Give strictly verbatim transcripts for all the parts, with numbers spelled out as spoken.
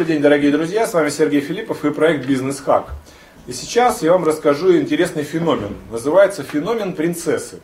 Добрый день, дорогие друзья, с вами Сергей Филиппов и проект «Бизнес-хак». И сейчас я вам расскажу интересный феномен. Называется феномен принцессы.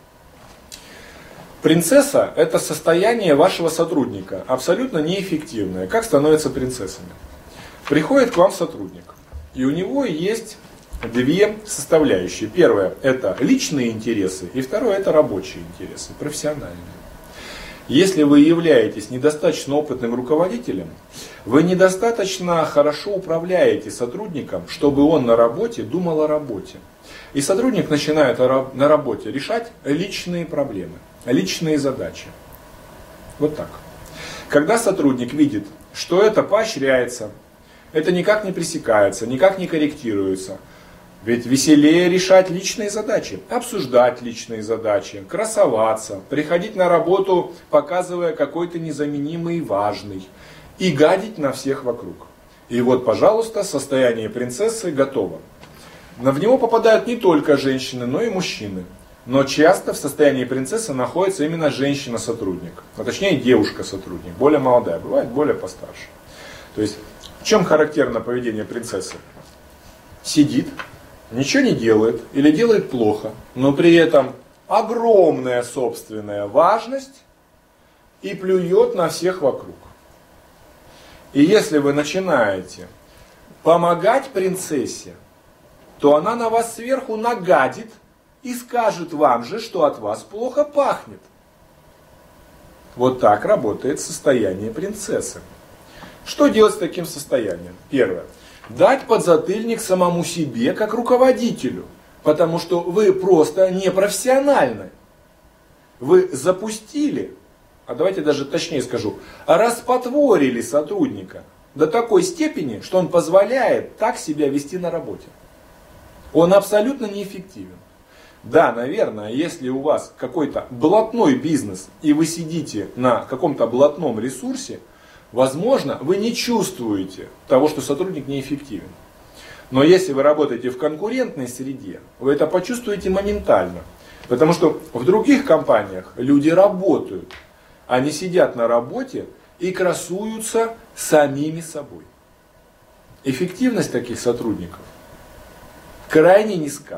Принцесса – это состояние вашего сотрудника, абсолютно неэффективное. Как становятся принцессами? Приходит к вам сотрудник, и у него есть две составляющие. Первое – это личные интересы, и второе – это рабочие интересы, профессиональные. Если вы являетесь недостаточно опытным руководителем, вы недостаточно хорошо управляете сотрудником, чтобы он на работе думал о работе. И сотрудник начинает на работе решать личные проблемы, личные задачи. Вот так. Когда сотрудник видит, что это поощряется, это никак не пресекается, никак не корректируется, ведь веселее решать личные задачи, обсуждать личные задачи, красоваться, приходить на работу, показывая какой ты незаменимый и важный, и гадить на всех вокруг. И вот, пожалуйста, состояние принцессы готово. В него попадают не только женщины, но и мужчины. Но часто в состоянии принцессы находится именно женщина-сотрудник, а точнее девушка-сотрудник, более молодая, бывает более постарше. То есть, в чем характерно поведение принцессы? Сидит, ничего не делает или делает плохо, но при этом огромная собственная важность и плюет на всех вокруг. И если вы начинаете помогать принцессе, то она на вас сверху нагадит и скажет вам же, что от вас плохо пахнет. Вот так работает состояние принцессы. Что делать с таким состоянием? Первое. Дать подзатыльник самому себе как руководителю, потому что вы просто непрофессиональны. Вы запустили, а давайте даже точнее скажу, распотворили сотрудника до такой степени, что он позволяет так себя вести на работе. Он абсолютно неэффективен. Да, наверное, если у вас какой-то блатной бизнес, и вы сидите на каком-то блатном ресурсе, возможно, вы не чувствуете того, что сотрудник неэффективен. Но если вы работаете в конкурентной среде, вы это почувствуете моментально. Потому что в других компаниях люди работают. Они сидят на работе и красуются самими собой. Эффективность таких сотрудников крайне низка.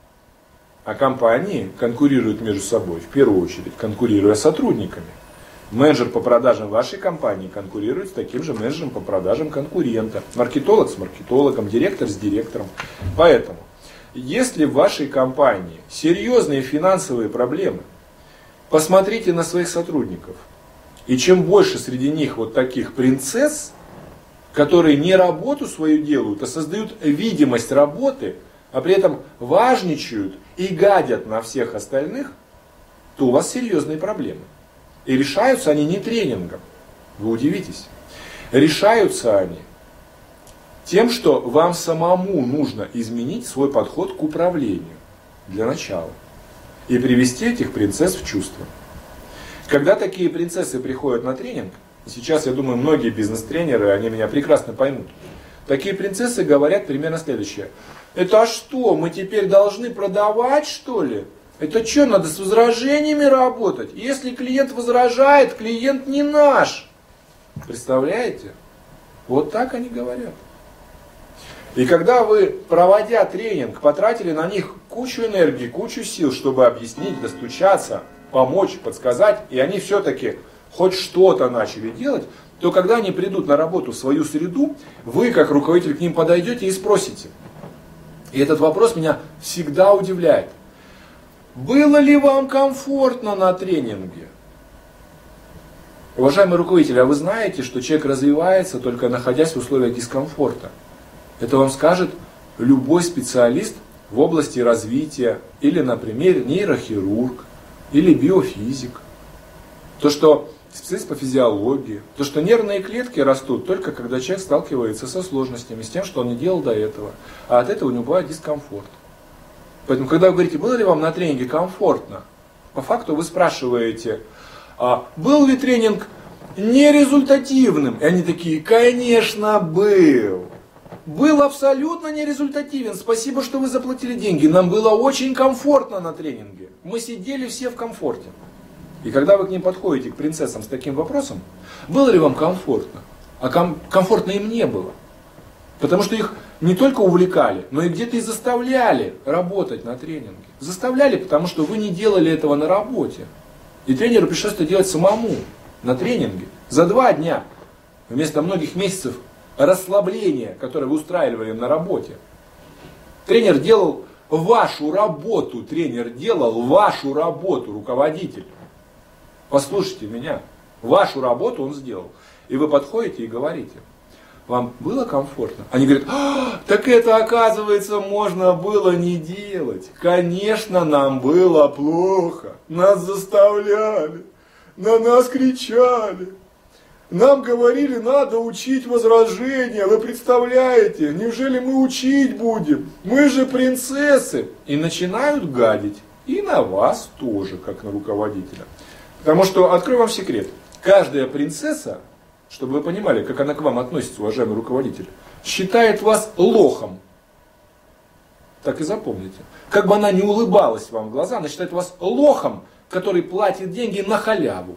А компании конкурируют между собой, в первую очередь, конкурируя с сотрудниками. Менеджер по продажам вашей компании конкурирует с таким же менеджером по продажам конкурента. Маркетолог с маркетологом, директор с директором. Поэтому, если в вашей компании серьезные финансовые проблемы, посмотрите на своих сотрудников. И чем больше среди них вот таких принцесс, которые не работу свою делают, а создают видимость работы, а при этом важничают и гадят на всех остальных, то у вас серьезные проблемы. И решаются они не тренингом. Вы удивитесь. Решаются они тем, что вам самому нужно изменить свой подход к управлению. Для начала. И привести этих принцесс в чувство. Когда такие принцессы приходят на тренинг, и сейчас, я думаю, многие бизнес-тренеры, они меня прекрасно поймут. Такие принцессы говорят примерно следующее. Это что, мы теперь должны продавать, что ли? Это что, надо с возражениями работать? Если клиент возражает, клиент не наш. Представляете? Вот так они говорят. И когда вы, проводя тренинг, потратили на них кучу энергии, кучу сил, чтобы объяснить, достучаться, помочь, подсказать, и они все-таки хоть что-то начали делать, то когда они придут на работу в свою среду, вы, как руководитель, к ним подойдете и спросите. И этот вопрос меня всегда удивляет. Было ли вам комфортно на тренинге? Уважаемый руководитель, а вы знаете, что человек развивается, только находясь в условиях дискомфорта? Это вам скажет любой специалист в области развития, или, например, нейрохирург, или биофизик. То, что специалист по физиологии, то, что нервные клетки растут только когда человек сталкивается со сложностями, с тем, что он не делал до этого. А от этого у него бывает дискомфорт. Поэтому, когда вы говорите, было ли вам на тренинге комфортно, по факту вы спрашиваете, а был ли тренинг нерезультативным? И они такие, конечно, был. Был абсолютно нерезультативен. Спасибо, что вы заплатили деньги. Нам было очень комфортно на тренинге. Мы сидели все в комфорте. И когда вы к ним подходите, к принцессам, с таким вопросом, было ли вам комфортно? А ком- комфортно им не было. Потому что их не только увлекали, но и где-то и заставляли работать на тренинге. Заставляли, потому что вы не делали этого на работе. И тренеру пришлось это делать самому, на тренинге. За два дня, вместо многих месяцев расслабления, которое вы устраивали на работе. Тренер делал вашу работу, тренер делал вашу работу, руководитель. Послушайте меня, вашу работу он сделал. И вы подходите и говорите: вам было комфортно? Они говорят: а, так это, оказывается, можно было не делать. Конечно, нам было плохо. Нас заставляли. На нас кричали. Нам говорили, надо учить возражения. Вы представляете? Неужели мы учить будем? Мы же принцессы. И начинают гадить. И на вас тоже, как на руководителя. Потому что, открою вам секрет. Каждая принцесса, чтобы вы понимали, как она к вам относится, уважаемый руководитель, считает вас лохом. Так и запомните. Как бы она ни улыбалась вам в глаза, она считает вас лохом, который платит деньги на халяву.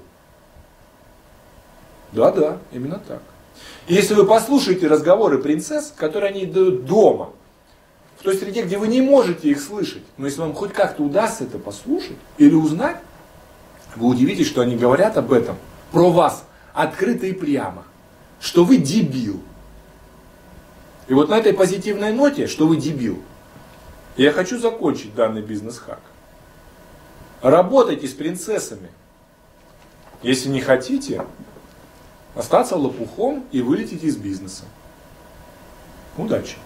Да-да, именно так. И если вы послушаете разговоры принцесс, которые они дают дома, в той среде, где вы не можете их слышать, но если вам хоть как-то удастся это послушать или узнать, вы удивитесь, что они говорят об этом, про вас, открыто и прямо, что вы дебил. И вот на этой позитивной ноте, что вы дебил, я хочу закончить данный бизнес-хак. Работайте с принцессами. Если не хотите, остаться лопухом и вылететь из бизнеса. Удачи!